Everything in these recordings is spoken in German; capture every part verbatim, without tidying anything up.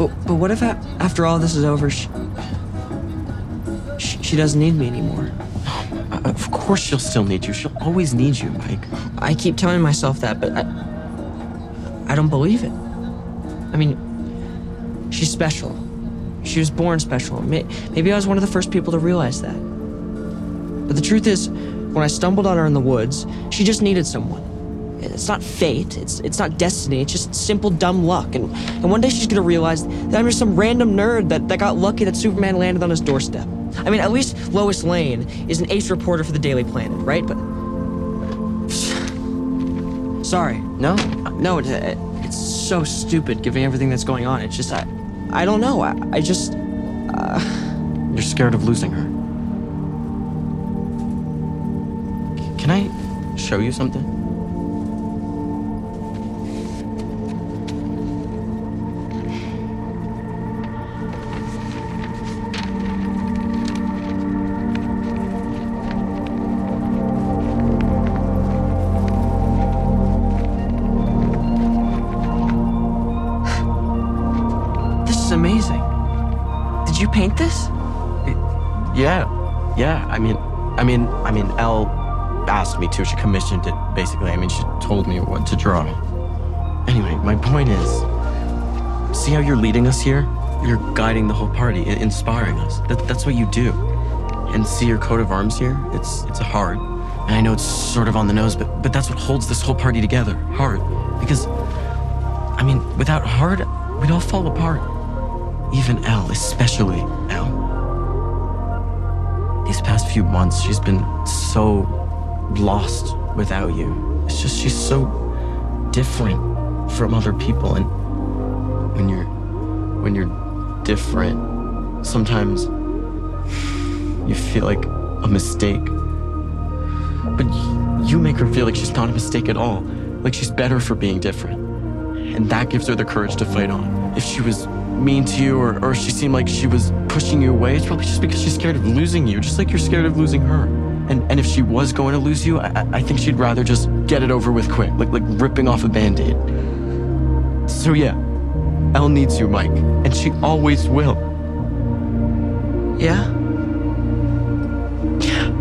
But, but what if a- after all this is over, she, she, she doesn't need me anymore? Of course she'll still need you. She'll always need you, Mike. I keep telling myself that, but I, I don't believe it. I mean, she's special. She was born special. Maybe I was one of the first people to realize that. But the truth is, when I stumbled on her in the woods, she just needed someone. It's not fate, it's it's not destiny, it's just simple dumb luck. And, and one day she's gonna realize that I'm just some random nerd that, that got lucky that Superman landed on his doorstep. I mean, at least Lois Lane is an ace reporter for the Daily Planet, right? But... Sorry. No? No, it, it, it's so stupid given everything that's going on. It's just, I, I don't know, I, I just... Uh... You're scared of losing her. Can I show you something? Amazing. Did you paint this? It, yeah, yeah. I mean, I mean, I mean, Elle asked me to. She commissioned it, basically. I mean, she told me what to draw. Anyway, my point is, see how you're leading us here? You're guiding the whole party, inspiring us. That, that's what you do. And see your coat of arms here? It's it's a heart. And I know it's sort of on the nose, but but that's what holds this whole party together. Heart. Because, I mean, without heart, we'd all fall apart. Even Elle, especially Elle. These past few months, she's been so lost without you. It's just she's so different from other people, and when you're when you're different, sometimes you feel like a mistake. But you make her feel like she's not a mistake at all, like she's better for being different, and that gives her the courage to fight on. If she was mean to you, or, or she seemed like she was pushing you away, it's probably just because she's scared of losing you, just like you're scared of losing her. And and if she was going to lose you, I, I think she'd rather just get it over with quick, like like ripping off a Band-Aid. So yeah, Elle needs you, Mike, and she always will. Yeah? Yeah.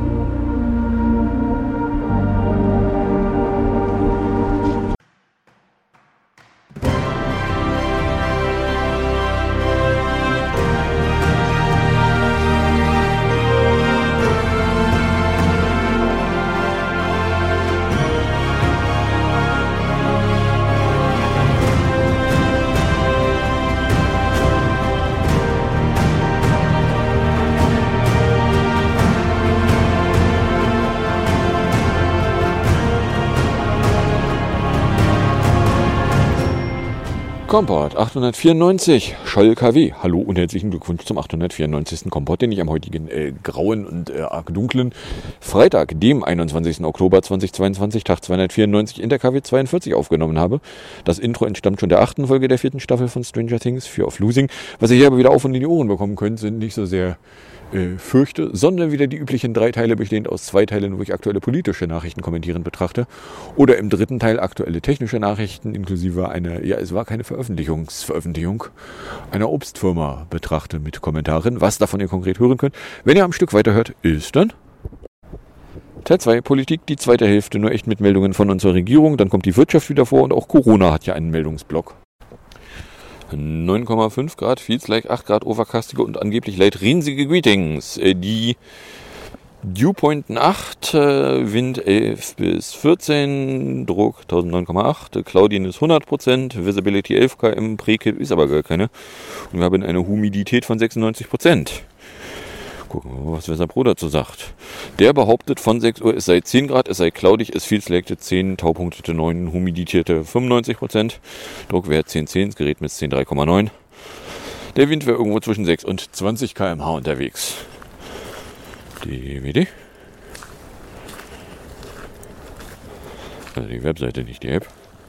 Kompott achthundertvierundneunzig, Scholl K W. Hallo und herzlichen Glückwunsch zum achthundertvierundneunzigsten Kompott, den ich am heutigen äh, grauen und äh, arg dunklen Freitag, dem einundzwanzigsten Oktober zweitausendzweiundzwanzig, Tag zweihundertvierundneunzig in der K W zweiundvierzig aufgenommen habe. Das Intro entstammt schon der achten Folge der vierten Staffel von Stranger Things, Fear of Losing. Was ihr hier aber wieder auf und in die Ohren bekommen könnt, sind nicht so sehr äh, Fürchte, sondern wieder die üblichen drei Teile, bestehend aus zwei Teilen, wo ich aktuelle politische Nachrichten kommentierend betrachte. Oder im dritten Teil aktuelle technische Nachrichten, inklusive einer, ja, es war keine Veröffentlichungsveröffentlichung, einer Obstfirma betrachte mit Kommentaren. Was davon ihr konkret hören könnt, wenn ihr am Stück weiterhört, ist dann Teil zwei, Politik, die zweite Hälfte, nur echt mit Meldungen von unserer Regierung. Dann kommt die Wirtschaft wieder vor und auch Corona hat ja einen Meldungsblock. neun Komma fünf Grad, feels like acht Grad, overcastige und angeblich leicht rinsige Greetings. Die Dewpoint acht, Wind elf bis vierzehn, Druck tausendneun Komma acht, Cloudiness hundert Prozent, Visibility elf Kilometer, Prekip ist aber gar keine. Und wir haben eine Humidität von sechsundneunzig Prozent. Gucken wir mal, was Weser Pro dazu sagt. Der behauptet, von sechs Uhr es sei zehn Grad, es sei cloudig, es feels like zehn, Taupunktete neun, Humiditierte fünfundneunzig Prozent, Druckwert zehn Komma zehn, das Gerät misst zehn Komma drei Komma neun. Der Wind wäre irgendwo zwischen sechs und zwanzig Kilometer pro Stunde unterwegs. D W D. Also die Webseite, nicht die App.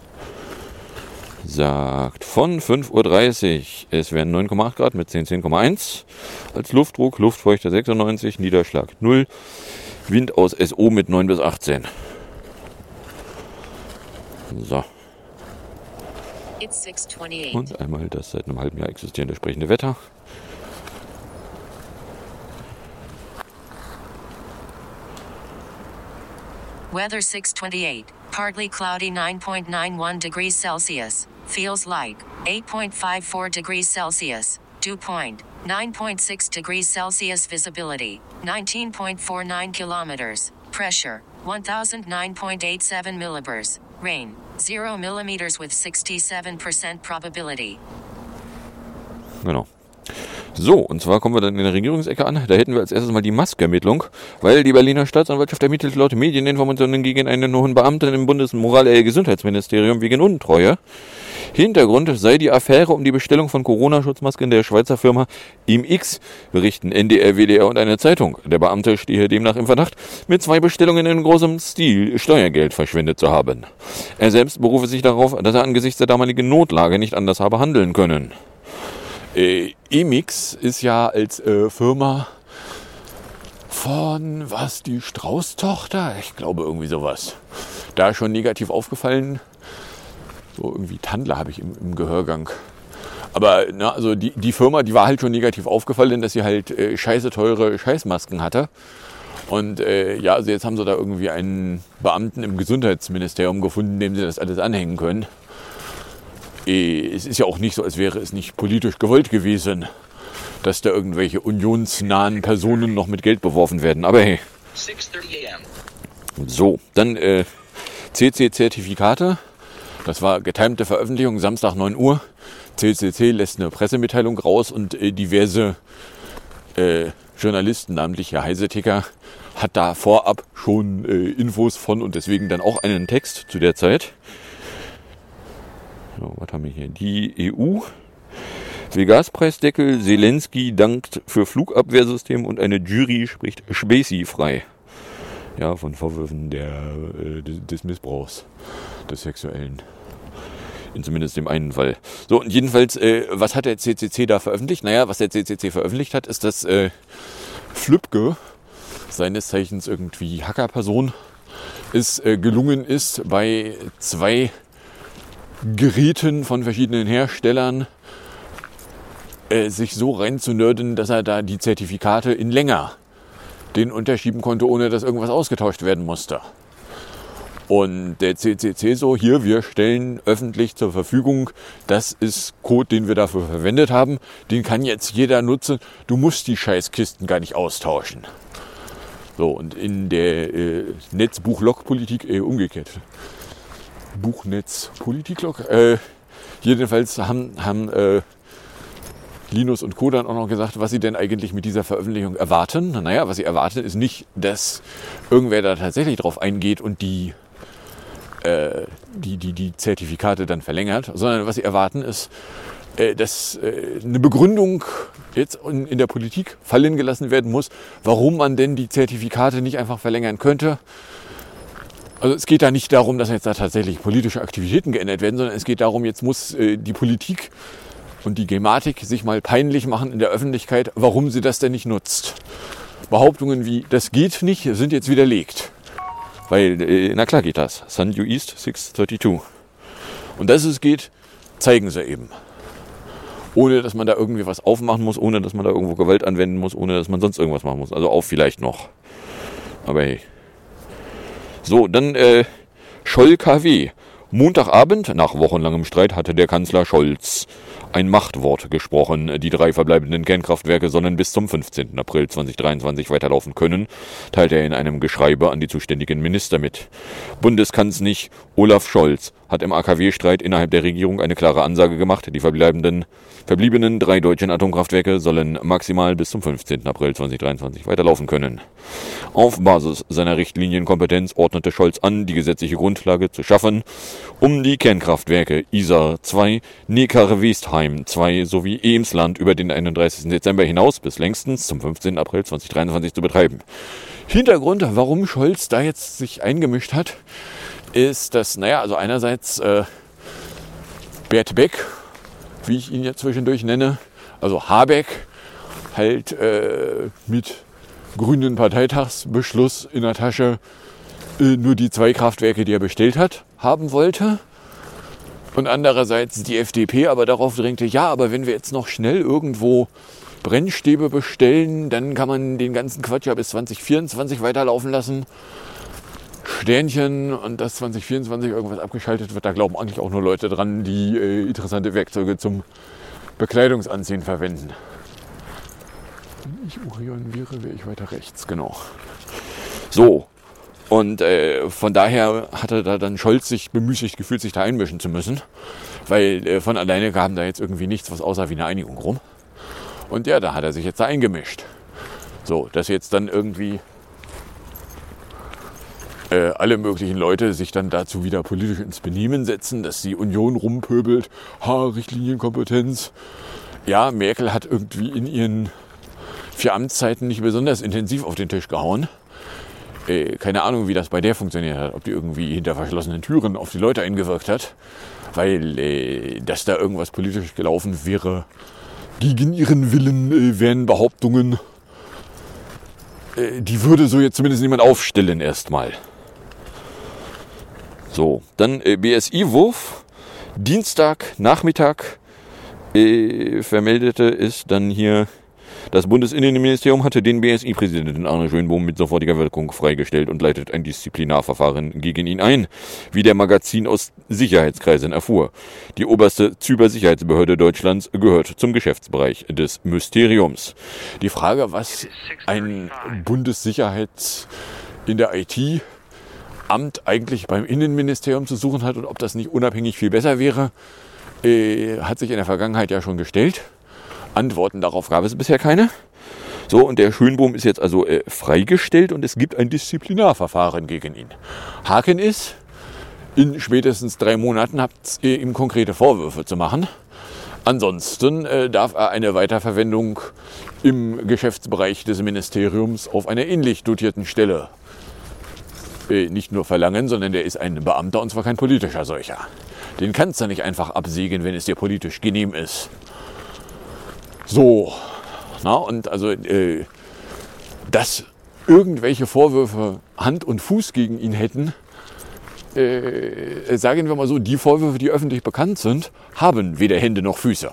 Sagt von fünf Uhr dreißig, es wären neun Komma acht Grad mit zehn, zehn Komma eins. Als Luftdruck, Luftfeuchte sechsundneunzig, Niederschlag null. Wind aus S O mit neun bis achtzehn. So. It's six twenty-eight. Und einmal das seit einem halben Jahr existierende sprechende Wetter. Weather six twenty-eight. Partly cloudy nine point nine one degrees Celsius. Feels like eight point five four degrees Celsius. Dew point nine point six degrees Celsius. Visibility nineteen point four nine kilometers. Pressure one thousand nine point eight seven millibars. Rain zero millimeters with sixty-seven percent probability. Genau. So, und zwar kommen wir dann in der Regierungsecke an. Da hätten wir als erstes mal die Musk-Ermittlung, weil die Berliner Staatsanwaltschaft ermittelt laut Medieninformationen gegen einen hohen Beamten im Bundesmoral-Gesundheitsministerium wegen Untreue. Hintergrund sei die Affäre um die Bestellung von Corona-Schutzmasken der Schweizer Firma ImX, berichten N D R, W D R und eine Zeitung. Der Beamte stehe demnach im Verdacht, mit zwei Bestellungen in großem Stil Steuergeld verschwendet zu haben. Er selbst berufe sich darauf, dass er angesichts der damaligen Notlage nicht anders habe handeln können. Äh, ImX ist ja als äh, Firma von, was, die Strauß-Tochter? Ich glaube irgendwie sowas. Da schon negativ aufgefallen. So irgendwie Tandler habe ich im, im Gehörgang. Aber na, also die, die Firma, die war halt schon negativ aufgefallen, dass sie halt äh, scheiße teure Scheißmasken hatte. Und äh, ja, also jetzt haben sie da irgendwie einen Beamten im Gesundheitsministerium gefunden, dem sie das alles anhängen können. Es ist ja auch nicht so, als wäre es nicht politisch gewollt gewesen, dass da irgendwelche unionsnahen Personen noch mit Geld beworfen werden. Aber hey. So, dann äh, C C-Zertifikate. Das war getimte Veröffentlichung, Samstag neun Uhr. C C C lässt eine Pressemitteilung raus und äh, diverse äh, Journalisten, namentlich Herr Heiseticker, hat da vorab schon äh, Infos von und deswegen dann auch einen Text zu der Zeit. So, was haben wir hier? Die E U will Gaspreisdeckel, Zelensky dankt für Flugabwehrsystem und eine Jury spricht Spacey frei. Ja, von Vorwürfen der, äh, des Missbrauchs, des Sexuellen. In zumindest dem einen Fall. So, und jedenfalls, äh, was hat der C C C da veröffentlicht? Naja, was der C C C veröffentlicht hat, ist, dass äh, Flübke, seines Zeichens irgendwie Hackerperson, es äh, gelungen ist, bei zwei Geräten von verschiedenen Herstellern äh, sich so reinzunörden, dass er da die Zertifikate in länger den unterschieben konnte, ohne dass irgendwas ausgetauscht werden musste. Und der C C C so, hier, wir stellen öffentlich zur Verfügung, das ist Code, den wir dafür verwendet haben, den kann jetzt jeder nutzen, du musst die Scheißkisten gar nicht austauschen. So, und in der äh, Netzbuch-Log-Politik äh, umgekehrt. Buchnetz Politiklog. Äh, jedenfalls haben, haben äh, Linus und Co. dann auch noch gesagt, was sie denn eigentlich mit dieser Veröffentlichung erwarten. Naja, was sie erwarten, ist nicht, dass irgendwer da tatsächlich drauf eingeht und die, äh, die, die, die Zertifikate dann verlängert, sondern was sie erwarten, ist, äh, dass äh, eine Begründung jetzt in, in der Politik fallen gelassen werden muss, warum man denn die Zertifikate nicht einfach verlängern könnte. Also es geht da nicht darum, dass jetzt da tatsächlich politische Aktivitäten geändert werden, sondern es geht darum, jetzt muss äh, die Politik und die Gematik sich mal peinlich machen in der Öffentlichkeit, warum sie das denn nicht nutzt. Behauptungen wie, das geht nicht, sind jetzt widerlegt. Weil, äh, na klar geht das. Sunview East sechs zweiunddreißig. Und dass es geht, zeigen sie eben. Ohne, dass man da irgendwie was aufmachen muss, ohne, dass man da irgendwo Gewalt anwenden muss, ohne, dass man sonst irgendwas machen muss. Also auf vielleicht noch. Aber hey. So, dann äh, Scholl K W. Montagabend, nach wochenlangem Streit, hatte der Kanzler Scholz ein Machtwort gesprochen. Die drei verbleibenden Kernkraftwerke sollen bis zum fünfzehnten April zweitausenddreiundzwanzig weiterlaufen können, teilte er in einem Geschreibe an die zuständigen Minister mit. Bundeskanzler Olaf Scholz hat im A K W-Streit innerhalb der Regierung eine klare Ansage gemacht. Die verbleibenden, verbliebenen drei deutschen Atomkraftwerke sollen maximal bis zum fünfzehnten April zweitausenddreiundzwanzig weiterlaufen können. Auf Basis seiner Richtlinienkompetenz ordnete Scholz an, die gesetzliche Grundlage zu schaffen, um die Kernkraftwerke Isar zwei, Neckar-Westheim zwei sowie Emsland über den einunddreißigsten Dezember hinaus bis längstens zum fünfzehnten April zweitausenddreiundzwanzig zu betreiben. Hintergrund, warum Scholz da jetzt sich eingemischt hat, ist, dass, naja, also einerseits äh, Bert Beck, wie ich ihn jetzt zwischendurch nenne, also Habeck, halt äh, mit grünen Parteitagsbeschluss in der Tasche äh, nur die zwei Kraftwerke, die er bestellt hat, haben wollte. Und andererseits die F D P aber darauf drängte, ja, aber wenn wir jetzt noch schnell irgendwo Brennstäbe bestellen, dann kann man den ganzen Quatsch ja bis zwanzig vierundzwanzig weiterlaufen lassen. Sternchen, und dass zwanzig vierundzwanzig irgendwas abgeschaltet wird, da glauben eigentlich auch nur Leute dran, die äh, interessante Werkzeuge zum Bekleidungsanziehen verwenden. Wenn ich Orion wäre, wäre ich weiter rechts, genau. So, und äh, von daher hatte da dann Scholz sich bemüßigt gefühlt, sich da einmischen zu müssen, weil äh, von alleine kam da jetzt irgendwie nichts, was außer wie eine Einigung rum. Und ja, da hat er sich jetzt da eingemischt. So, dass jetzt dann irgendwie äh, alle möglichen Leute sich dann dazu wieder politisch ins Benehmen setzen, dass die Union rumpöbelt, ha, Richtlinienkompetenz. Ja, Merkel hat irgendwie in ihren vier Amtszeiten nicht besonders intensiv auf den Tisch gehauen. Äh, keine Ahnung, wie das bei der funktioniert hat, ob die irgendwie hinter verschlossenen Türen auf die Leute eingewirkt hat, weil äh, dass da irgendwas politisch gelaufen wäre, gegen ihren Willen, äh, wären Behauptungen, äh, die würde so jetzt zumindest niemand aufstellen erstmal. So, dann äh, B S I-Wurf, Dienstag, Nachmittag, äh, vermeldete es dann hier, das Bundesinnenministerium hatte den B S I-Präsidenten Arne Schönbohm mit sofortiger Wirkung freigestellt und leitet ein Disziplinarverfahren gegen ihn ein, wie der Magazin aus Sicherheitskreisen erfuhr. Die oberste Cybersicherheitsbehörde Deutschlands gehört zum Geschäftsbereich des Mysteriums. Die Frage, was ein Bundessicherheits in der I T Amt eigentlich beim Innenministerium zu suchen hat und ob das nicht unabhängig viel besser wäre, äh, hat sich in der Vergangenheit ja schon gestellt. Antworten darauf gab es bisher keine. So, und der Schönbohm ist jetzt also äh, freigestellt und es gibt ein Disziplinarverfahren gegen ihn. Haken ist, in spätestens drei Monaten habt ihr ihm konkrete Vorwürfe zu machen. Ansonsten äh, darf er eine Weiterverwendung im Geschäftsbereich des Ministeriums auf einer ähnlich dotierten Stelle äh, nicht nur verlangen, sondern der ist ein Beamter und zwar kein politischer solcher. Den kannst du nicht einfach absägen, wenn es dir politisch genehm ist. So, na, und also, äh, dass irgendwelche Vorwürfe Hand und Fuß gegen ihn hätten, äh, sagen wir mal so, die Vorwürfe, die öffentlich bekannt sind, haben weder Hände noch Füße.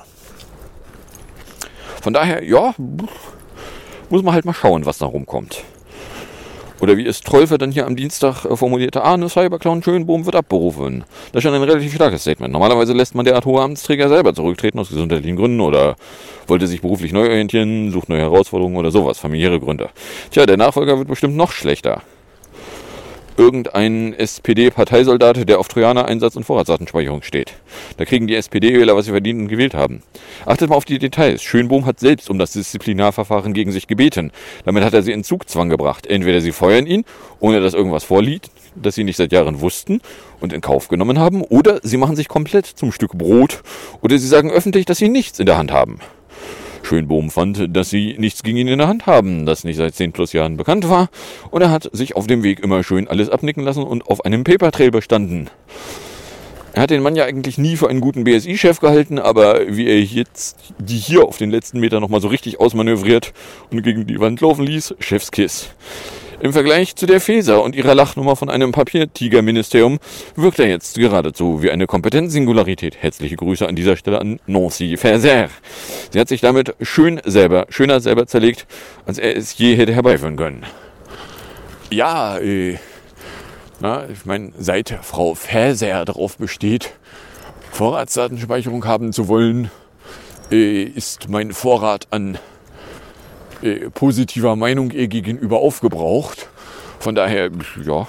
Von daher, ja, muss man halt mal schauen, was da rumkommt. Oder wie es Trolfe dann hier am Dienstag formulierte, Arne Cyberclown Schönbohm wird abberufen. Das ist schon ein relativ starkes Statement. Normalerweise lässt man der hohe Amtsträger selber zurücktreten aus gesundheitlichen Gründen oder wollte sich beruflich neu orientieren, sucht neue Herausforderungen oder sowas, familiäre Gründe. Tja, der Nachfolger wird bestimmt noch schlechter. Irgendein S P D-Parteisoldat, der auf Trojaner-Einsatz und Vorratsdatenspeicherung steht. Da kriegen die S P D-Wähler, was sie verdient und gewählt haben. Achtet mal auf die Details. Schönbohm hat selbst um das Disziplinarverfahren gegen sich gebeten. Damit hat er sie in Zugzwang gebracht. Entweder sie feuern ihn, ohne dass irgendwas vorliegt, das sie nicht seit Jahren wussten und in Kauf genommen haben, oder sie machen sich komplett zum Stück Brot, oder sie sagen öffentlich, dass sie nichts in der Hand haben. Schönbohm fand, dass sie nichts gegen ihn in der Hand haben, das nicht seit zehn plus Jahren bekannt war, und er hat sich auf dem Weg immer schön alles abnicken lassen und auf einem Papertrail bestanden. Er hat den Mann ja eigentlich nie für einen guten B S I-Chef gehalten, aber wie er jetzt die hier auf den letzten Meter nochmal so richtig ausmanövriert und gegen die Wand laufen ließ, Chefskiss. Im Vergleich zu der Feser und ihrer Lachnummer von einem Papiertiger-Ministerium wirkt er jetzt geradezu wie eine Kompetenzsingularität. Herzliche Grüße an dieser Stelle an Nancy Faeser. Sie hat sich damit schön selber, schöner selber zerlegt, als er es je hätte herbeiführen können. Ja, äh, na, ich meine, seit Frau Faeser darauf besteht, Vorratsdatenspeicherung haben zu wollen, äh, ist mein Vorrat an Äh, positiver Meinung ihr gegenüber aufgebraucht. Von daher, ja.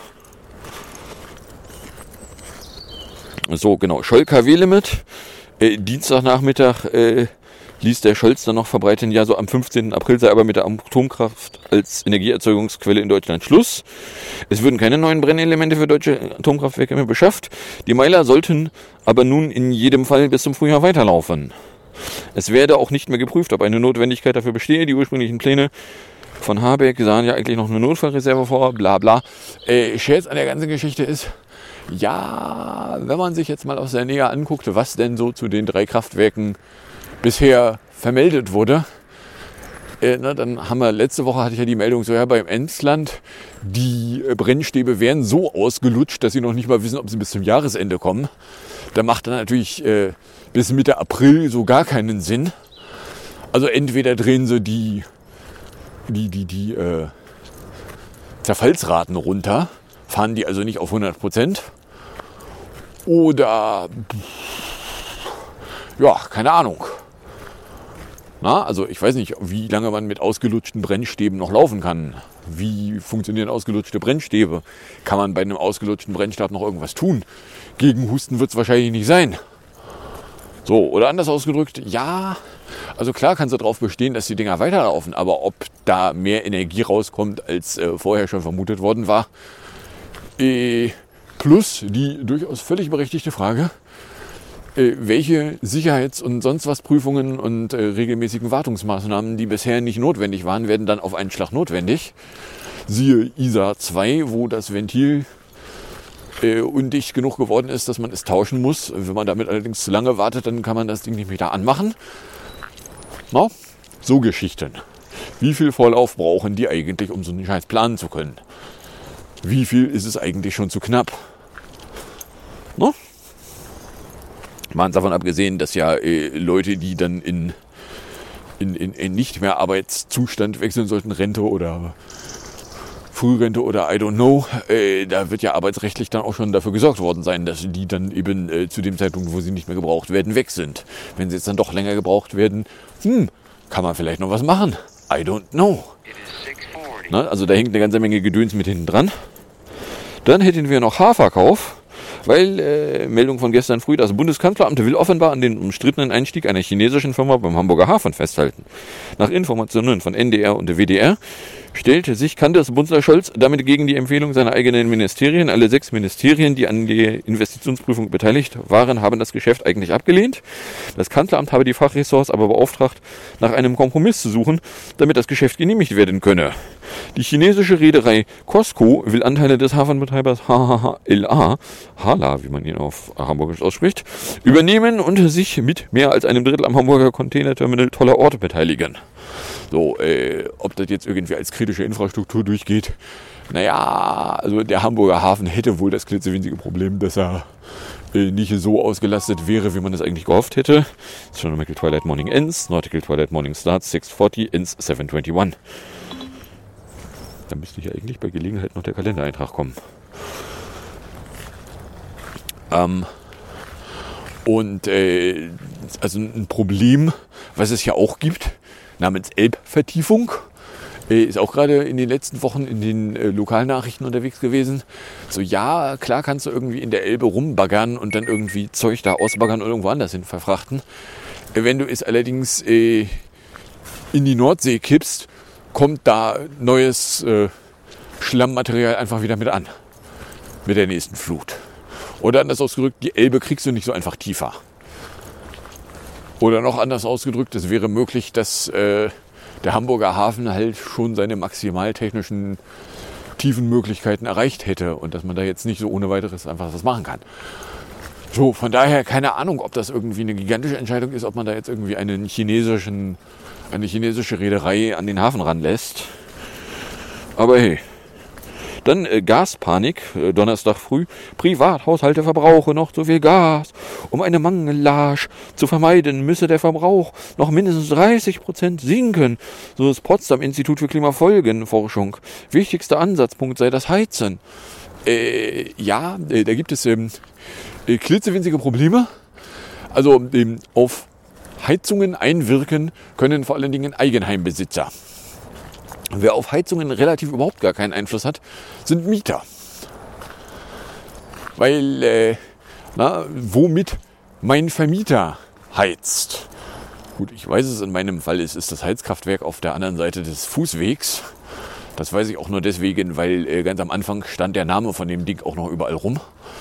So, genau. Scholl-K W-Limit. Äh, Dienstagnachmittag äh, ließ der Scholz dann noch verbreiten, ja, so am fünfzehnten April sei aber mit der Atomkraft als Energieerzeugungsquelle in Deutschland Schluss. Es würden keine neuen Brennelemente für deutsche Atomkraftwerke mehr beschafft. Die Meiler sollten aber nun in jedem Fall bis zum Frühjahr weiterlaufen. Es werde auch nicht mehr geprüft, ob eine Notwendigkeit dafür bestehe. Die ursprünglichen Pläne von Habeck sahen ja eigentlich noch eine Notfallreserve vor, bla bla. Äh, Scherz an der ganzen Geschichte ist, ja, wenn man sich jetzt mal aus der Nähe anguckte, was denn so zu den drei Kraftwerken bisher vermeldet wurde, äh, na, dann haben wir, letzte Woche hatte ich ja die Meldung, so ja, beim Emsland, die Brennstäbe wären so ausgelutscht, dass sie noch nicht mal wissen, ob sie bis zum Jahresende kommen. Da macht dann natürlich äh, bis Mitte April so gar keinen Sinn. Also entweder drehen sie die, die, die, die äh, Zerfallsraten runter, fahren die also nicht auf hundert Prozent. Oder, ja, keine Ahnung. Na, also ich weiß nicht, wie lange man mit ausgelutschten Brennstäben noch laufen kann. Wie funktionieren ausgelutschte Brennstäbe? Kann man bei einem ausgelutschten Brennstab noch irgendwas tun? Gegen Husten wird es wahrscheinlich nicht sein. So, oder anders ausgedrückt, ja, also klar kannst du darauf bestehen, dass die Dinger weiterlaufen, aber ob da mehr Energie rauskommt, als äh, vorher schon vermutet worden war, äh, plus die durchaus völlig berechtigte Frage, äh, welche Sicherheits- und sonst was Prüfungen und äh, regelmäßigen Wartungsmaßnahmen, die bisher nicht notwendig waren, werden dann auf einen Schlag notwendig. Siehe I S A zwei, wo das Ventil äh, undicht genug geworden ist, dass man es tauschen muss. Wenn man damit allerdings zu lange wartet, dann kann man das Ding nicht mehr da anmachen. Na, so Geschichten. Wie viel Vorlauf brauchen die eigentlich, um so einen Scheiß planen zu können? Wie viel ist es eigentlich schon zu knapp? Na? Mal davon abgesehen, dass ja äh, Leute, die dann in, in, in, in nicht mehr Arbeitszustand wechseln sollten, Rente oder Frührente oder I don't know, äh, da wird ja arbeitsrechtlich dann auch schon dafür gesorgt worden sein, dass die dann eben äh, zu dem Zeitpunkt, wo sie nicht mehr gebraucht werden, weg sind. Wenn sie jetzt dann doch länger gebraucht werden, hm, kann man vielleicht noch was machen. I don't know. Na, also da hängt eine ganze Menge Gedöns mit hinten dran. Dann hätten wir noch Haarverkauf. Weil, äh, Meldung von gestern früh, das Bundeskanzleramt will offenbar an den umstrittenen Einstieg einer chinesischen Firma beim Hamburger Hafen festhalten. Nach Informationen von N D R und der W D R stellte sich Kanzler Scholz damit gegen die Empfehlung seiner eigenen Ministerien. Alle sechs Ministerien, die an der Investitionsprüfung beteiligt waren, haben das Geschäft eigentlich abgelehnt. Das Kanzleramt habe die Fachressorts aber beauftragt, nach einem Kompromiss zu suchen, damit das Geschäft genehmigt werden könne. Die chinesische Reederei COSCO will Anteile des Hafenbetreibers H H H L A, Hala, wie man ihn auf Hamburgisch ausspricht, übernehmen und sich mit mehr als einem Drittel am Hamburger Containerterminal Toller Ort beteiligen. So, äh, ob das jetzt irgendwie als kritische Infrastruktur durchgeht, naja, also der Hamburger Hafen hätte wohl das klitzewinzige Problem, dass er äh, nicht so ausgelastet wäre, wie man es eigentlich gehofft hätte. Astronomical Twilight Morning ends, Nautical Twilight Morning starts, six forty, ends seven twenty-one. Da müsste hier eigentlich bei Gelegenheit noch der Kalendereintrag kommen. Ähm, und äh, also ein Problem, was es ja auch gibt, namens Elbvertiefung, äh, ist auch gerade in den letzten Wochen in den äh, Lokalnachrichten unterwegs gewesen. So, ja, klar kannst du irgendwie in der Elbe rumbaggern und dann irgendwie Zeug da ausbaggern oder irgendwo anders hin verfrachten. Äh, wenn du es allerdings äh, in die Nordsee kippst, kommt da neues äh, Schlammmaterial einfach wieder mit an. Mit der nächsten Flut. Oder anders ausgedrückt, die Elbe kriegst du nicht so einfach tiefer. Oder noch anders ausgedrückt, es wäre möglich, dass äh, der Hamburger Hafen halt schon seine maximaltechnischen Tiefenmöglichkeiten erreicht hätte und dass man da jetzt nicht so ohne weiteres einfach was machen kann. So, von daher keine Ahnung, ob das irgendwie eine gigantische Entscheidung ist, ob man da jetzt irgendwie einen chinesischen, eine chinesische Reederei an den Hafen ranlässt. Aber hey. Dann äh, Gaspanik, äh, Donnerstag früh. Privathaushalte verbrauchen noch zu viel Gas. Um eine Mangellage zu vermeiden, müsse der Verbrauch noch mindestens dreißig Prozent sinken. So das Potsdam Institut für Klimafolgenforschung. Wichtigster Ansatzpunkt sei das Heizen. Äh, ja, äh, da gibt es ähm, äh, klitzewinzige Probleme. Also ähm, auf Heizungen einwirken können vor allen Dingen Eigenheimbesitzer. Wer auf Heizungen relativ überhaupt gar keinen Einfluss hat, sind Mieter. Weil, äh, na, womit mein Vermieter heizt. Gut, ich weiß es in meinem Fall, es ist das Heizkraftwerk auf der anderen Seite des Fußwegs. Das weiß ich auch nur deswegen, weil äh, ganz am Anfang stand der Name von dem Ding auch noch überall rum.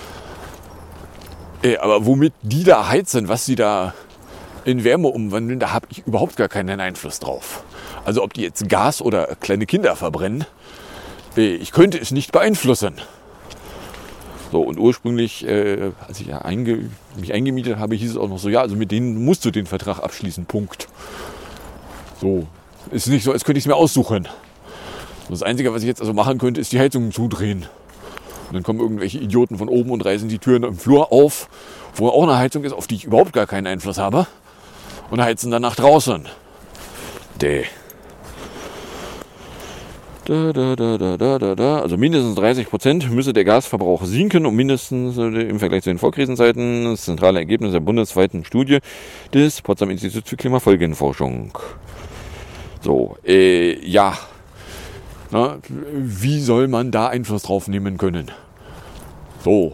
Äh, aber womit die da heizen, was sie da in Wärme umwandeln, da habe ich überhaupt gar keinen Einfluss drauf. Also ob die jetzt Gas oder kleine Kinder verbrennen, ich könnte es nicht beeinflussen. So, und ursprünglich, äh, als ich ja einge, mich eingemietet habe, hieß es auch noch so, ja, also mit denen musst du den Vertrag abschließen, Punkt. So, ist nicht so, als könnte ich es mir aussuchen. Das Einzige, was ich jetzt also machen könnte, ist die Heizung zudrehen. Und dann kommen irgendwelche Idioten von oben und reißen die Türen im Flur auf, wo auch eine Heizung ist, auf die ich überhaupt gar keinen Einfluss habe. Und heizen dann nach draußen. Däh. Da, da, da, da, da, da, da. Also mindestens dreißig Prozent müsse der Gasverbrauch sinken, um mindestens äh, im Vergleich zu den Vorkrisenzeiten. Das zentrale Ergebnis der bundesweiten Studie des Potsdam Instituts für Klimafolgenforschung. So, äh, ja. Na, wie soll man da Einfluss drauf nehmen können? So.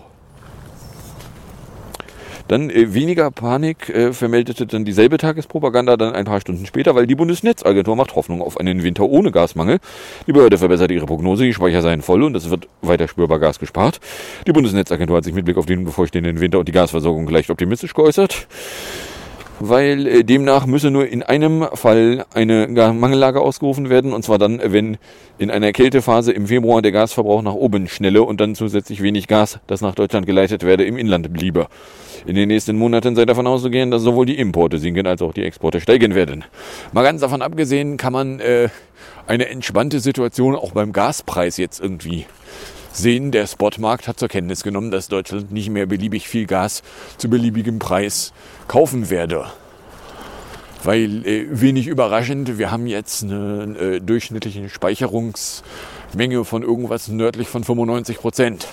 Dann äh, weniger Panik äh, vermeldete dann dieselbe Tagespropaganda dann ein paar Stunden später, weil die Bundesnetzagentur macht Hoffnung auf einen Winter ohne Gasmangel. Die Behörde verbessert ihre Prognose, die Speicher seien voll und es wird weiter spürbar Gas gespart. Die Bundesnetzagentur hat sich mit Blick auf den bevorstehenden Winter und die Gasversorgung leicht optimistisch geäußert, weil äh, demnach müsse nur in einem Fall eine Mangellage ausgerufen werden, und zwar dann, wenn in einer Kältephase im Februar der Gasverbrauch nach oben schnelle und dann zusätzlich wenig Gas, das nach Deutschland geleitet werde, im Inland bliebe. In den nächsten Monaten sei davon auszugehen, dass sowohl die Importe sinken als auch die Exporte steigen werden. Mal ganz davon abgesehen, kann man äh, eine entspannte Situation auch beim Gaspreis jetzt irgendwie sehen. Der Spotmarkt hat zur Kenntnis genommen, dass Deutschland nicht mehr beliebig viel Gas zu beliebigem Preis kaufen werde. Weil, äh, wenig überraschend, wir haben jetzt eine äh, durchschnittliche Speicherungsmenge von irgendwas nördlich von fünfundneunzig Prozent.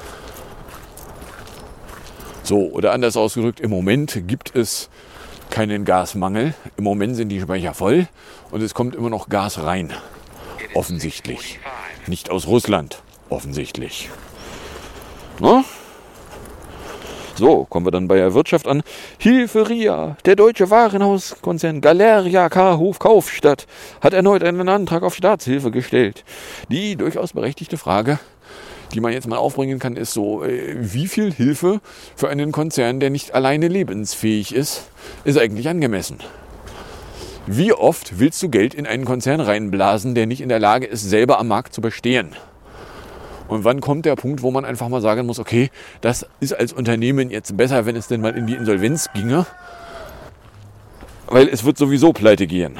So, oder anders ausgedrückt, im Moment gibt es keinen Gasmangel. Im Moment sind die Speicher voll und es kommt immer noch Gas rein. Offensichtlich. Nicht aus Russland. Offensichtlich. Na? So, kommen wir dann bei der Wirtschaft an. Hilfe Ria! Der deutsche Warenhauskonzern Galeria Karhof Kaufstadt hat erneut einen Antrag auf Staatshilfe gestellt. Die durchaus berechtigte Frage, die man jetzt mal aufbringen kann, ist so, wie viel Hilfe für einen Konzern, der nicht alleine lebensfähig ist, ist eigentlich angemessen? Wie oft willst du Geld in einen Konzern reinblasen, der nicht in der Lage ist, selber am Markt zu bestehen? Und wann kommt der Punkt, wo man einfach mal sagen muss, okay, das ist als Unternehmen jetzt besser, wenn es denn mal in die Insolvenz ginge, weil es wird sowieso pleite gehen.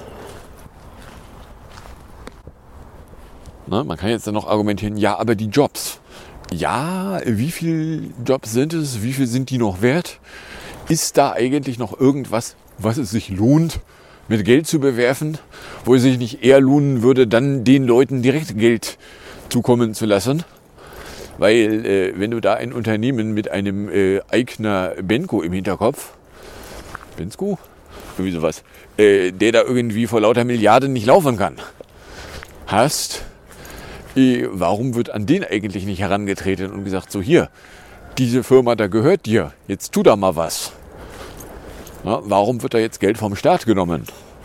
Na, man kann jetzt dann noch argumentieren, ja, aber die Jobs. Ja, wie viele Jobs sind es? Wie viel sind die noch wert? Ist da eigentlich noch irgendwas, was es sich lohnt, mit Geld zu bewerfen, wo es sich nicht eher lohnen würde, dann den Leuten direkt Geld zukommen zu lassen? Weil äh, wenn du da ein Unternehmen mit einem äh, Eigner Benko im Hinterkopf, Bensko? Irgendwie sowas, äh, der da irgendwie vor lauter Milliarden nicht laufen kann, hast, äh, warum wird an den eigentlich nicht herangetreten und gesagt, so hier, diese Firma, da gehört dir, jetzt tu da mal was. Na, warum wird da jetzt Geld vom Staat genommen?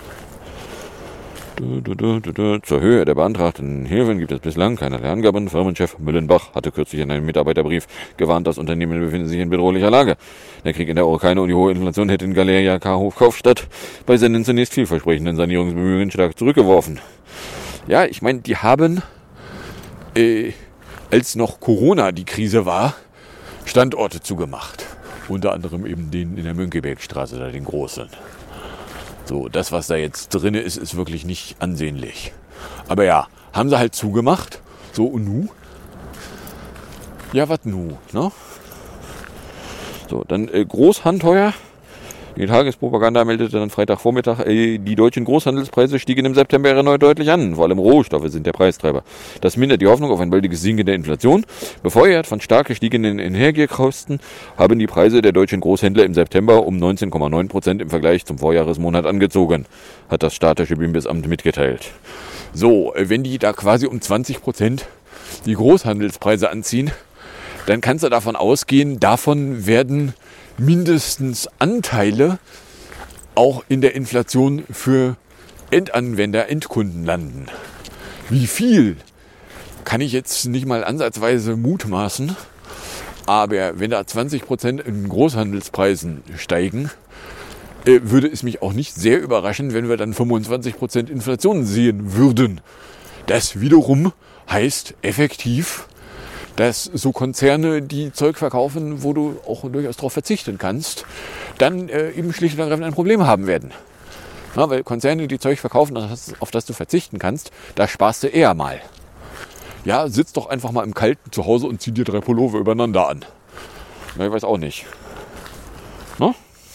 Zur Höhe der beantragten Hilfen gibt es bislang keinerlei Angaben. Firmenchef Müllenbach hatte kürzlich in einem Mitarbeiterbrief gewarnt, das Unternehmen befindet sich in bedrohlicher Lage. Der Krieg in der Ukraine und die hohe Inflation hätten Galeria Karhof Kaufstadt bei seinen zunächst vielversprechenden Sanierungsbemühungen stark zurückgeworfen. Ja, ich meine, die haben, äh, als noch Corona die Krise war, Standorte zugemacht. Unter anderem eben den in der Mönckebergstraße, da den großen. So, das, was da jetzt drin ist, ist wirklich nicht ansehnlich. Aber ja, haben sie halt zugemacht. So, und nu? Ja, was nu, ne? So, dann äh, Großhandteuer. Die Tagespropaganda meldete dann Freitagvormittag, äh, die deutschen Großhandelspreise stiegen im September erneut deutlich an. Vor allem Rohstoffe sind der Preistreiber. Das mindert die Hoffnung auf ein baldiges Sinken der Inflation. Befeuert von stark gestiegenen Energiekosten haben die Preise der deutschen Großhändler im September um neunzehn Komma neun Prozent im Vergleich zum Vorjahresmonat angezogen, hat das staatliche BIMBIS-Amt mitgeteilt. So, wenn die da quasi um zwanzig Prozent die Großhandelspreise anziehen, dann kannst du davon ausgehen, davon werden mindestens Anteile auch in der Inflation für Endanwender, Endkunden landen. Wie viel, kann ich jetzt nicht mal ansatzweise mutmaßen, aber wenn da zwanzig Prozent in Großhandelspreisen steigen, äh, würde es mich auch nicht sehr überraschen, wenn wir dann fünfundzwanzig Prozent Inflation sehen würden. Das wiederum heißt effektiv, dass so Konzerne, die Zeug verkaufen, wo du auch durchaus darauf verzichten kannst, dann äh, eben schlicht und ergreifend ein Problem haben werden. Ja, weil Konzerne, die Zeug verkaufen, auf das du verzichten kannst, da sparst du eher mal. ja, sitz doch einfach mal im Kalten zu Hause und zieh dir drei Pullover übereinander an. Na, ich weiß auch nicht. Ne?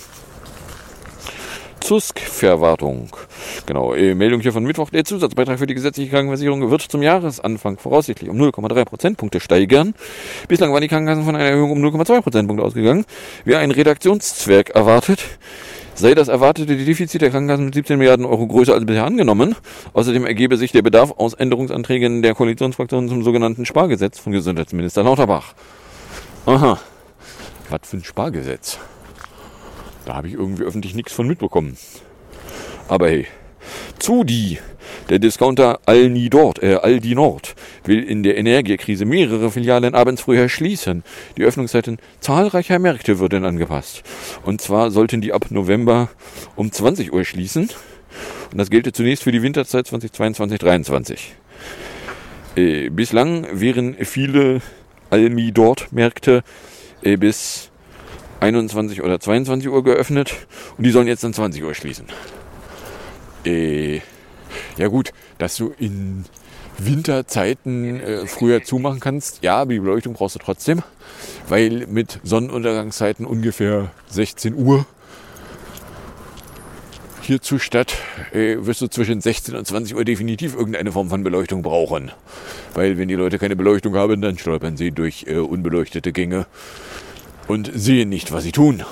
Zusk-Verwartung. Genau, äh, Meldung hier von Mittwoch. Der Zusatzbeitrag für die gesetzliche Krankenversicherung wird zum Jahresanfang voraussichtlich um null Komma drei Prozentpunkte steigern. Bislang waren die Krankenkassen von einer Erhöhung um null Komma zwei Prozentpunkte ausgegangen. Wer einen Redaktionszwerg erwartet, sei das erwartete Defizit der Krankenkassen mit siebzehn Milliarden Euro größer als bisher angenommen. Außerdem ergebe sich der Bedarf aus Änderungsanträgen der Koalitionsfraktionen zum sogenannten Spargesetz von Gesundheitsminister Lauterbach. Aha, was für ein Spargesetz? Da habe ich irgendwie öffentlich nichts von mitbekommen. Aber hey, Zudi, der Discounter Aldi Nord, äh, Aldi Nord, will in der Energiekrise mehrere Filialen abends früher schließen. Die Öffnungszeiten zahlreicher Märkte würden angepasst. Und zwar sollten die ab November um zwanzig Uhr schließen. Und das gelte zunächst für die Winterzeit zweitausendzweiundzwanzig dreiundzwanzig. Äh, bislang wären viele Aldi Nord Märkte äh, bis einundzwanzig oder zweiundzwanzig Uhr geöffnet und die sollen jetzt dann zwanzig Uhr schließen. Äh, ja gut, dass du in Winterzeiten äh, früher zumachen kannst, ja, die Beleuchtung brauchst du trotzdem, weil mit Sonnenuntergangszeiten ungefähr sechzehn Uhr hier zur Stadt äh, wirst du zwischen sechzehn und zwanzig Uhr definitiv irgendeine Form von Beleuchtung brauchen. Weil wenn die Leute keine Beleuchtung haben, dann stolpern sie durch äh, unbeleuchtete Gänge und sehen nicht, was sie tun.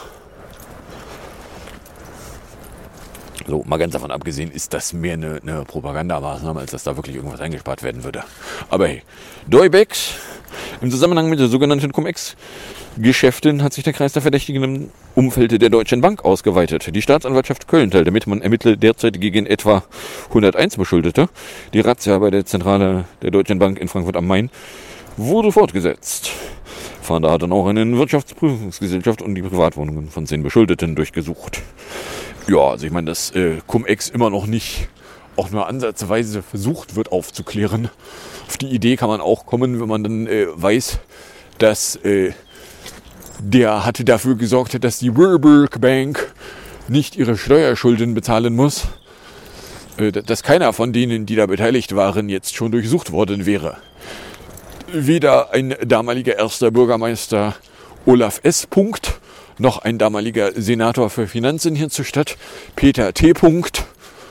So, mal ganz davon abgesehen, ist das mehr eine, eine Propagandamaßnahme, als dass da wirklich irgendwas eingespart werden würde. Aber hey, Deubex, im Zusammenhang mit der sogenannten Cum-Ex-Geschäften hat sich der Kreis der Verdächtigen im Umfeld der Deutschen Bank ausgeweitet. Die Staatsanwaltschaft Köln teilt damit, man ermittelt derzeit gegen etwa hunderteins Beschuldete. Die Razzia bei der Zentrale der Deutschen Bank in Frankfurt am Main wurde fortgesetzt. Fahnder hat dann auch eine Wirtschaftsprüfungsgesellschaft und die Privatwohnungen von zehn Beschuldeten durchgesucht. Ja, also ich meine, dass äh, Cum-Ex immer noch nicht auch nur ansatzweise versucht wird aufzuklären. Auf die Idee kann man auch kommen, wenn man dann äh, weiß, dass äh, der hatte dafür gesorgt, dass die Warburg Bank nicht ihre Steuerschulden bezahlen muss. Äh, dass keiner von denen, die da beteiligt waren, jetzt schon durchsucht worden wäre. Weder ein damaliger erster Bürgermeister Olaf S. Punkt, noch ein damaliger Senator für Finanzen hier zur Stadt, Peter T. Punkt,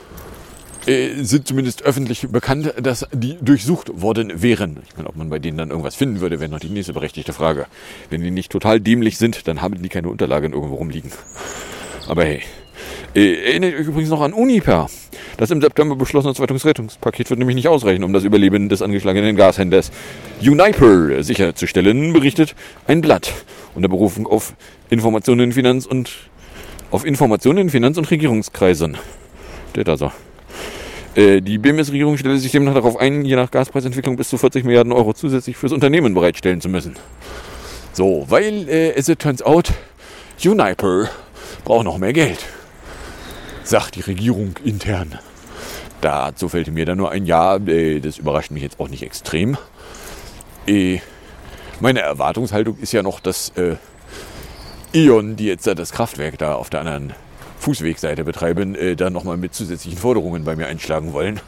äh, sind zumindest öffentlich bekannt, dass die durchsucht worden wären. Ich meine, ob man bei denen dann irgendwas finden würde, wäre noch die nächste berechtigte Frage. Wenn die nicht total dämlich sind, dann haben die keine Unterlagen irgendwo rumliegen. Aber hey, äh, erinnert euch übrigens noch an Uniper. Das im September beschlossene Zweitungsrettungspaket wird nämlich nicht ausreichen, um das Überleben des angeschlagenen Gashändlers Uniper sicherzustellen, berichtet ein Blatt unter Berufung auf Informationen in Finanz- und auf Informationen in Finanz- und Regierungskreisen. Steht also. Äh, die B M S-Regierung stelle sich demnach darauf ein, je nach Gaspreisentwicklung bis zu vierzig Milliarden Euro zusätzlich fürs Unternehmen bereitstellen zu müssen. So, weil äh, as it turns out, Uniper braucht noch mehr Geld, sagt die Regierung intern. Dazu fällt mir dann nur ein Ja, äh, das überrascht mich jetzt auch nicht extrem. Äh, meine Erwartungshaltung ist ja noch, dass äh, E.ON, die jetzt das Kraftwerk da auf der anderen Fußwegseite betreiben, äh, dann nochmal mit zusätzlichen Forderungen bei mir einschlagen wollen.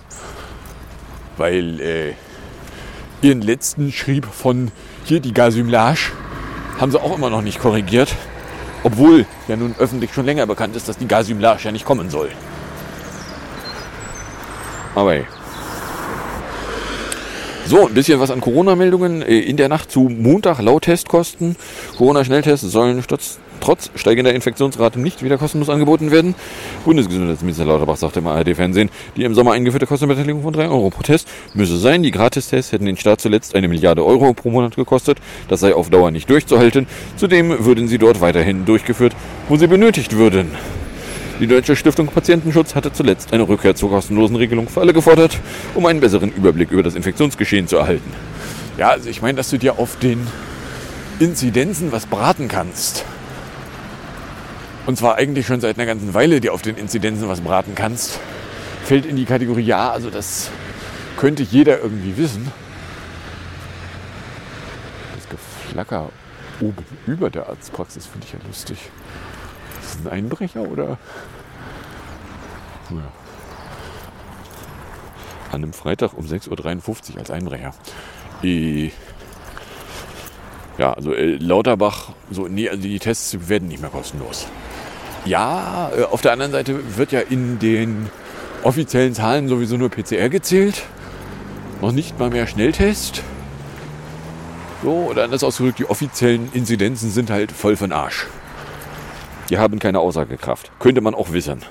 Weil äh, ihren letzten Schrieb von hier die Gasumlage haben sie auch immer noch nicht korrigiert. Obwohl ja nun öffentlich schon länger bekannt ist, dass die Gasumlage ja nicht kommen soll. Aber hey. So, ein bisschen was an Corona-Meldungen. In der Nacht zu Montag laut Testkosten. Corona-Schnelltests sollen trotz, trotz steigender Infektionsrate nicht wieder kostenlos angeboten werden. Bundesgesundheitsminister Lauterbach sagte im A R D-Fernsehen, die im Sommer eingeführte Kostenbeteiligung von drei Euro pro Test müsse sein. Die Gratistests hätten den Staat zuletzt eine Milliarde Euro pro Monat gekostet. Das sei auf Dauer nicht durchzuhalten. Zudem würden sie dort weiterhin durchgeführt, wo sie benötigt würden. Die Deutsche Stiftung Patientenschutz hatte zuletzt eine Rückkehr zur kostenlosen Regelung für alle gefordert, um einen besseren Überblick über das Infektionsgeschehen zu erhalten. Ja, also ich meine, dass du dir auf den Inzidenzen was braten kannst. Und zwar eigentlich schon seit einer ganzen Weile dir auf den Inzidenzen was braten kannst, fällt in die Kategorie ja, also das könnte jeder irgendwie wissen. Das Geflacker oben über der Arztpraxis finde ich ja lustig. Ist das ein Einbrecher oder? Ja. An einem Freitag um sechs Uhr dreiundfünfzig als Einbrecher. Äh, ja, also äh, Lauterbach, so, nee, also die Tests werden nicht mehr kostenlos. Ja, äh, auf der anderen Seite wird ja in den offiziellen Zahlen sowieso nur P C R gezählt. Noch nicht mal mehr Schnelltest. So, oder anders ausgedrückt, die offiziellen Inzidenzen sind halt voll von Arsch. Die haben keine Aussagekraft. Könnte man auch wissen.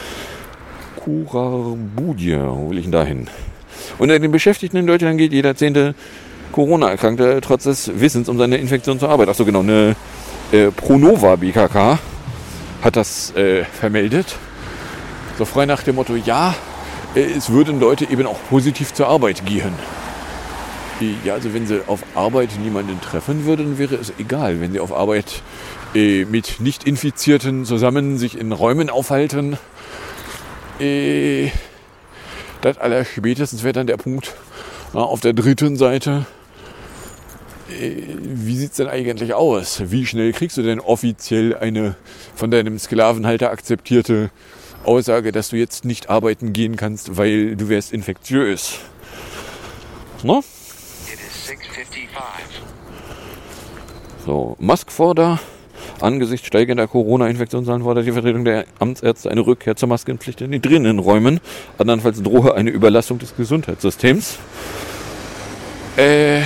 Kurarbudie, wo will ich denn da hin? Unter den Beschäftigten in Deutschland geht jeder zehnte Corona-Erkrankte trotz des Wissens um seine Infektion zur Arbeit. Achso, genau, eine äh, Pronova B K K hat das äh, vermeldet. So frei nach dem Motto, ja, äh, es würden Leute eben auch positiv zur Arbeit gehen. Ja, also wenn sie auf Arbeit niemanden treffen würden, wäre es egal. Wenn sie auf Arbeit äh, mit Nicht-Infizierten zusammen sich in Räumen aufhalten, äh, das allerspätestens wäre dann der Punkt na, auf der dritten Seite. Äh, wie sieht es denn eigentlich aus? Wie schnell kriegst du denn offiziell eine von deinem Sklavenhalter akzeptierte Aussage, dass du jetzt nicht arbeiten gehen kannst, weil du wärst infektiös? Na? So, Musk fordert, angesichts steigender Corona-Infektionszahlen fordert die Vertretung der Amtsärzte eine Rückkehr zur Maskenpflicht in den drinnen Räumen. Andernfalls drohe eine Überlastung des Gesundheitssystems. Äh,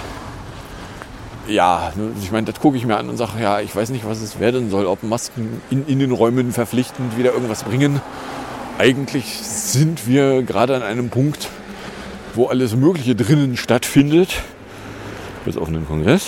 ja, ich meine, das gucke ich mir an und sage, ja, ich weiß nicht, was es werden soll, ob Masken in Innenräumen verpflichtend wieder irgendwas bringen. Eigentlich sind wir gerade an einem Punkt, wo alles Mögliche drinnen stattfindet, bis auf einen Kongress.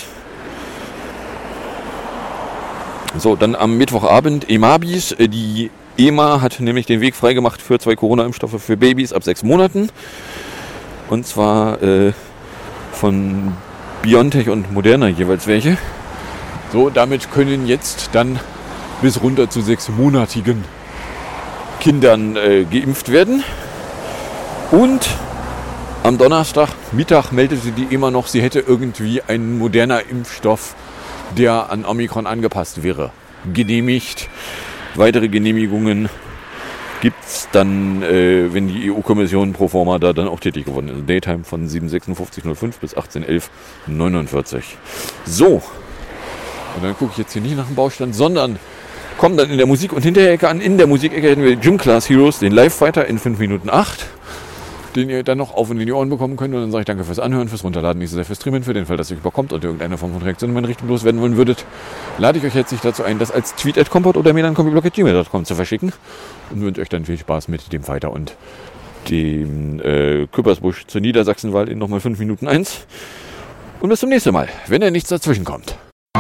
So, dann am Mittwochabend Emabis. Die E M A hat nämlich den Weg freigemacht für zwei Corona-Impfstoffe für Babys ab sechs Monaten. Und zwar äh, von BioNTech und Moderna jeweils welche. So, damit können jetzt dann bis runter zu sechsmonatigen Kindern äh, geimpft werden. Und am Donnerstagmittag meldete die E M A noch, sie hätte irgendwie einen moderner Impfstoff, der an Omikron angepasst wäre, genehmigt. Weitere Genehmigungen gibt es dann, äh, wenn die E U-Kommission pro forma da dann auch tätig geworden ist. Daytime von sieben sechsundfünfzig null fünf bis achtzehn elf neunundvierzig. So, und dann gucke ich jetzt hier nicht nach dem Baustand, sondern komme dann in der Musik- und Hinterhecke an. In der Musikecke hätten wir Gym Class Heroes, den Live-Fighter in fünf Minuten acht. Den ihr dann noch auf und in die Ohren bekommen könnt. Und dann sage ich danke fürs Anhören, fürs Runterladen, nicht so sehr fürs Streamen. Für den Fall, dass ihr überkommt und irgendeine Form von Reaktion in meine Richtung loswerden wollen würdet, lade ich euch herzlich dazu ein, das als Tweet at kompott oder melankombiblog at gmail punkt com zu verschicken. Und wünsche euch dann viel Spaß mit dem Fighter und dem äh, Küppersbusch zur Niedersachsenwahl in nochmal fünf Minuten eins. Und bis zum nächsten Mal, wenn er nichts dazwischen kommt.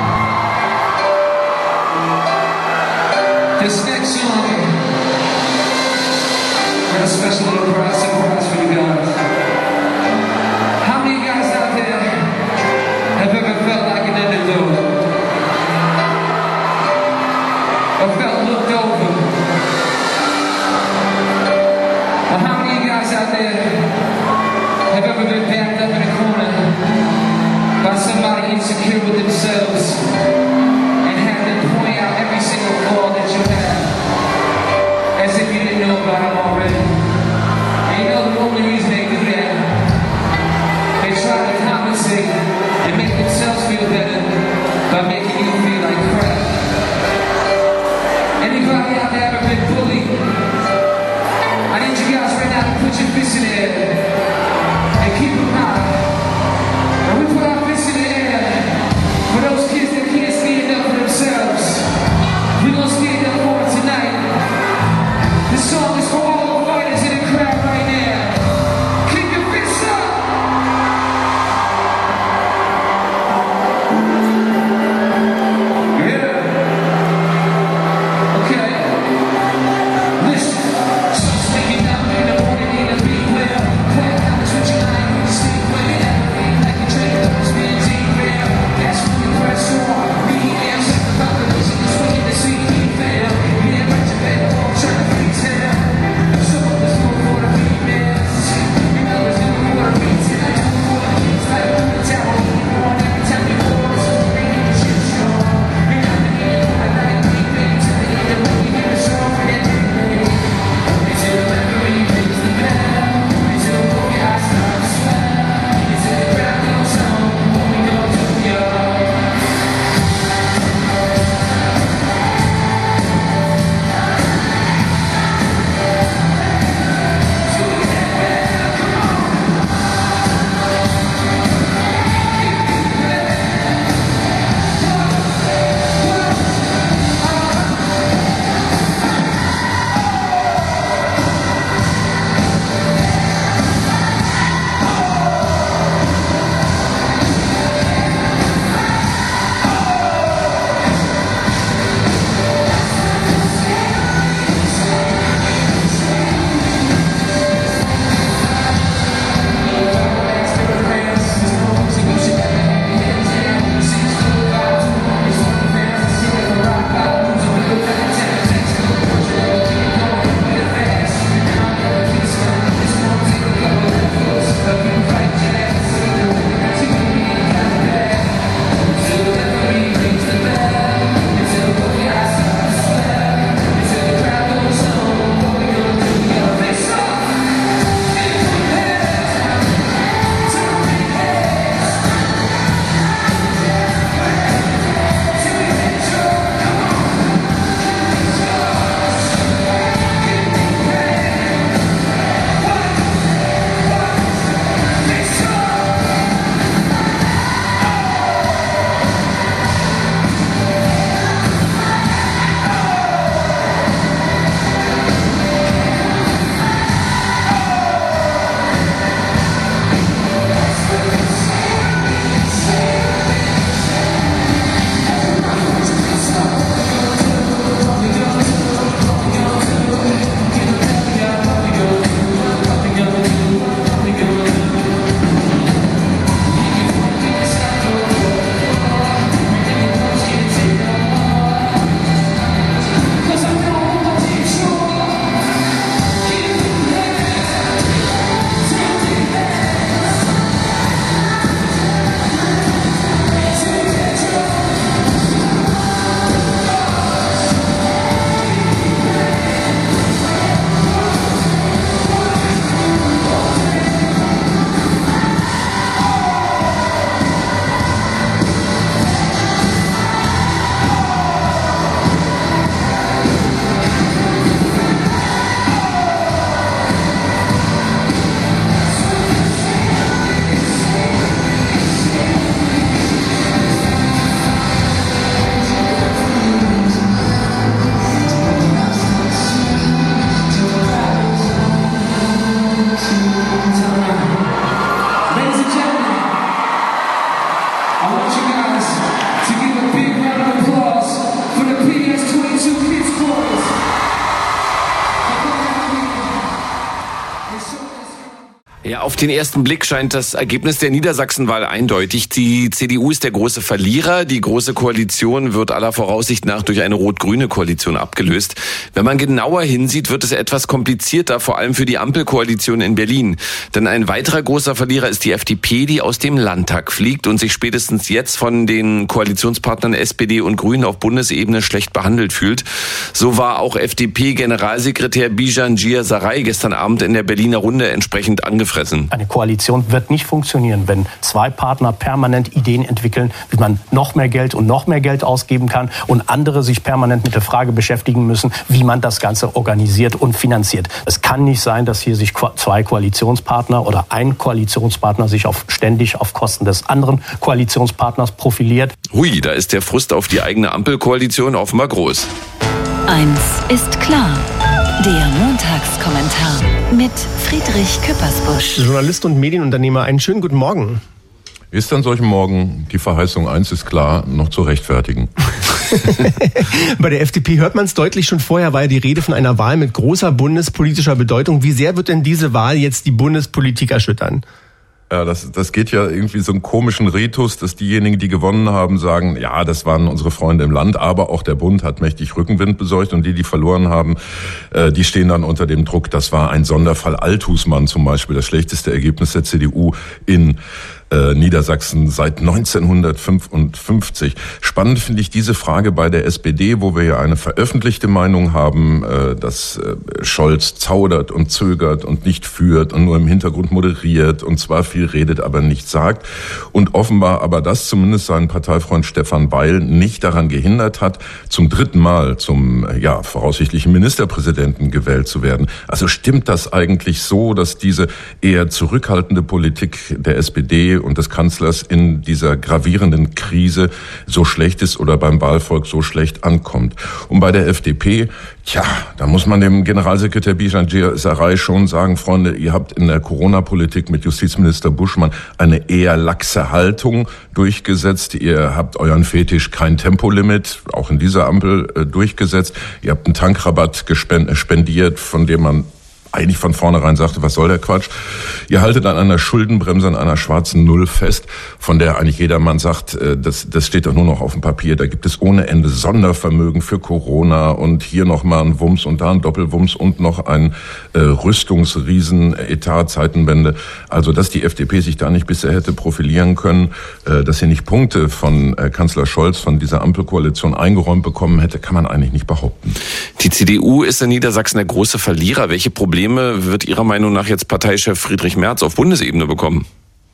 This next song, we got a special little prize surprise for you guys. How many of you guys out there have ever felt like an underdog? Or felt looked over? Or how many of you guys out there have ever been backed up in a corner by somebody insecure with themselves and had them point out every single flaw that you have as if you didn't know about them already? And you know the only reason they do that, they try to compensate and make themselves feel better by making you feel like crap. Anybody out there ever been bullied? I need you guys right now to put your fists in the air and keep them high. And we put our fists in the air for those kids that can't see it. Ja, auf den ersten Blick scheint das Ergebnis der Niedersachsenwahl eindeutig. Die C D U ist der große Verlierer. Die Große Koalition wird aller Voraussicht nach durch eine rot-grüne Koalition abgelöst. Wenn man genauer hinsieht, wird es etwas komplizierter, vor allem für die Ampelkoalition in Berlin. Denn ein weiterer großer Verlierer ist die F D P, die aus dem Landtag fliegt und sich spätestens jetzt von den Koalitionspartnern S P D und Grünen auf Bundesebene schlecht behandelt fühlt. So war auch F D P-Generalsekretär Bijan Gier-Sarai gestern Abend in der Berliner Runde entsprechend angefressen. Eine Koalition wird nicht funktionieren, wenn zwei Partner permanent Ideen entwickeln, wie man noch mehr Geld und noch mehr Geld ausgeben kann und andere sich permanent mit der Frage beschäftigen müssen, wie man das Ganze organisiert und finanziert. Es kann nicht sein, dass hier sich zwei Koalitionspartner oder ein Koalitionspartner sich auf, ständig auf Kosten des anderen Koalitionspartners profiliert. Hui, da ist der Frust auf die eigene Ampelkoalition offenbar groß. Eins ist klar. Der Montagskommentar mit Friedrich Küppersbusch. Journalist und Medienunternehmer, einen schönen guten Morgen. Ist an solchem Morgen die Verheißung, eins ist klar, noch zu rechtfertigen? Bei der F D P hört man es deutlich, schon vorher war ja die Rede von einer Wahl mit großer bundespolitischer Bedeutung. Wie sehr wird denn diese Wahl jetzt die Bundespolitik erschüttern? Ja, das, das geht ja irgendwie so einen komischen Ritus, dass diejenigen, die gewonnen haben, sagen, ja, das waren unsere Freunde im Land, aber auch der Bund hat mächtig Rückenwind besorgt und die, die verloren haben, äh, die stehen dann unter dem Druck. Das war ein Sonderfall. Althusmann zum Beispiel, das schlechteste Ergebnis der C D U in äh, Niedersachsen seit neunzehnhundertfünfundfünfzig. Spannend finde ich diese Frage bei der S P D, wo wir ja eine veröffentlichte Meinung haben, äh, dass äh, Scholz zaudert und zögert und nicht führt und nur im Hintergrund moderiert und zwar viel redet, aber nichts sagt. Und offenbar aber das zumindest seinen Parteifreund Stefan Weil nicht daran gehindert hat, zum dritten Mal zum ja voraussichtlichen Ministerpräsidenten gewählt zu werden. Also stimmt das eigentlich so, dass diese eher zurückhaltende Politik der S P D und des Kanzlers in dieser gravierenden Krise so schlecht ist oder beim Wahlvolk so schlecht ankommt? Und bei der F D P, tja, da muss man dem Generalsekretär Bijan Gier-Sarai schon sagen, Freunde, ihr habt in der Corona-Politik mit Justizminister Buschmann eine eher laxe Haltung durchgesetzt. Ihr habt euren Fetisch kein Tempolimit, auch in dieser Ampel äh, durchgesetzt. Ihr habt einen Tankrabatt gespendiert, von dem man eigentlich von vornherein sagte, was soll der Quatsch? Ihr haltet an einer Schuldenbremse, an einer schwarzen Null fest, von der eigentlich jedermann sagt, das, das steht doch nur noch auf dem Papier. Da gibt es ohne Ende Sondervermögen für Corona und hier nochmal ein Wumms und da ein Doppelwumms und noch ein äh, Rüstungsriesen-Etat, Zeitenwende. Also, dass die F D P sich da nicht bisher hätte profilieren können, äh, dass sie nicht Punkte von äh, Kanzler Scholz, von dieser Ampelkoalition eingeräumt bekommen hätte, kann man eigentlich nicht behaupten. Die C D U ist in Niedersachsen der große Verlierer. Welche Probleme wird Ihrer Meinung nach jetzt Parteichef Friedrich Merz auf Bundesebene bekommen?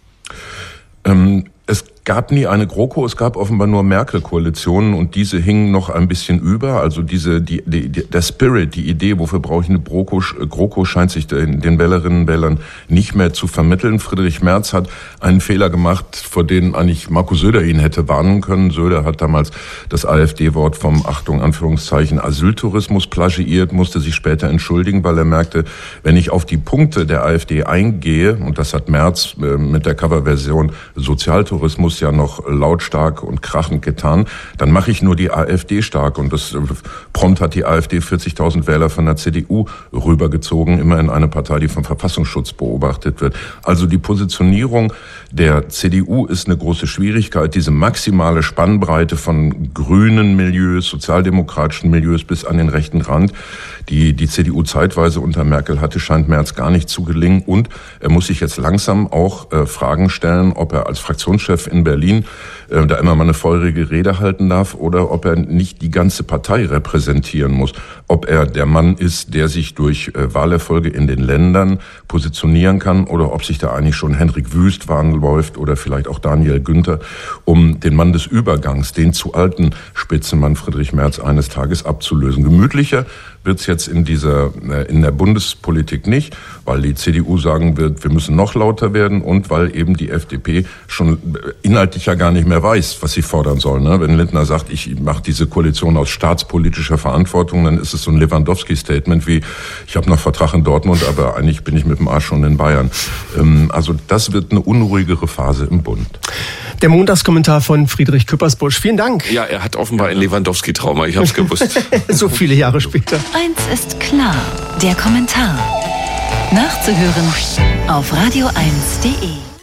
Ähm, es gab nie eine GroKo, es gab offenbar nur Merkel-Koalitionen und diese hingen noch ein bisschen über. Also diese, die, die, der Spirit, die Idee, wofür brauche ich eine GroKo, GroKo scheint sich den, den Wählerinnen und Wählern nicht mehr zu vermitteln. Friedrich Merz hat einen Fehler gemacht, vor dem eigentlich Markus Söder ihn hätte warnen können. Söder hat damals das AfD-Wort vom, Achtung, Anführungszeichen, Asyltourismus plagiiert, musste sich später entschuldigen, weil er merkte, wenn ich auf die Punkte der AfD eingehe, und das hat Merz äh, mit der Coverversion Sozialtourismus ja noch lautstark und krachend getan, dann mache ich nur die AfD stark. Und das prompt hat die AfD vierzigtausend Wähler von der C D U rübergezogen, immerhin eine Partei, die vom Verfassungsschutz beobachtet wird. Also die Positionierung der C D U ist eine große Schwierigkeit. Diese maximale Spannbreite von grünen Milieus, sozialdemokratischen Milieus bis an den rechten Rand, die die C D U zeitweise unter Merkel hatte, scheint Merz gar nicht zu gelingen. Und er muss sich jetzt langsam auch äh, Fragen stellen, ob er als Fraktionschef in Berlin äh, da immer mal eine feurige Rede halten darf oder ob er nicht die ganze Partei repräsentieren muss. Ob er der Mann ist, der sich durch äh, Wahlerfolge in den Ländern positionieren kann oder ob sich da eigentlich schon Hendrik Wüst läuft oder vielleicht auch Daniel Günther, um den Mann des Übergangs, den zu alten Spitzenmann Friedrich Merz eines Tages abzulösen. Gemütlicher wird's jetzt in dieser, in der Bundespolitik nicht, weil die C D U sagen wird, wir müssen noch lauter werden und weil eben die F D P schon inhaltlich ja gar nicht mehr weiß, was sie fordern soll. Ne? Wenn Lindner sagt, ich mache diese Koalition aus staatspolitischer Verantwortung, dann ist es so ein Lewandowski-Statement wie, ich habe noch Vertrag in Dortmund, aber eigentlich bin ich mit dem Arsch schon in Bayern. Ähm, also das wird eine unruhigere Phase im Bund. Der Montagskommentar von Friedrich Küppersbusch. Vielen Dank. Ja, er hat offenbar ein Lewandowski-Trauma, ich hab's gewusst. So viele Jahre später. Eins ist klar, der Kommentar. Nachzuhören auf radio eins punkt de.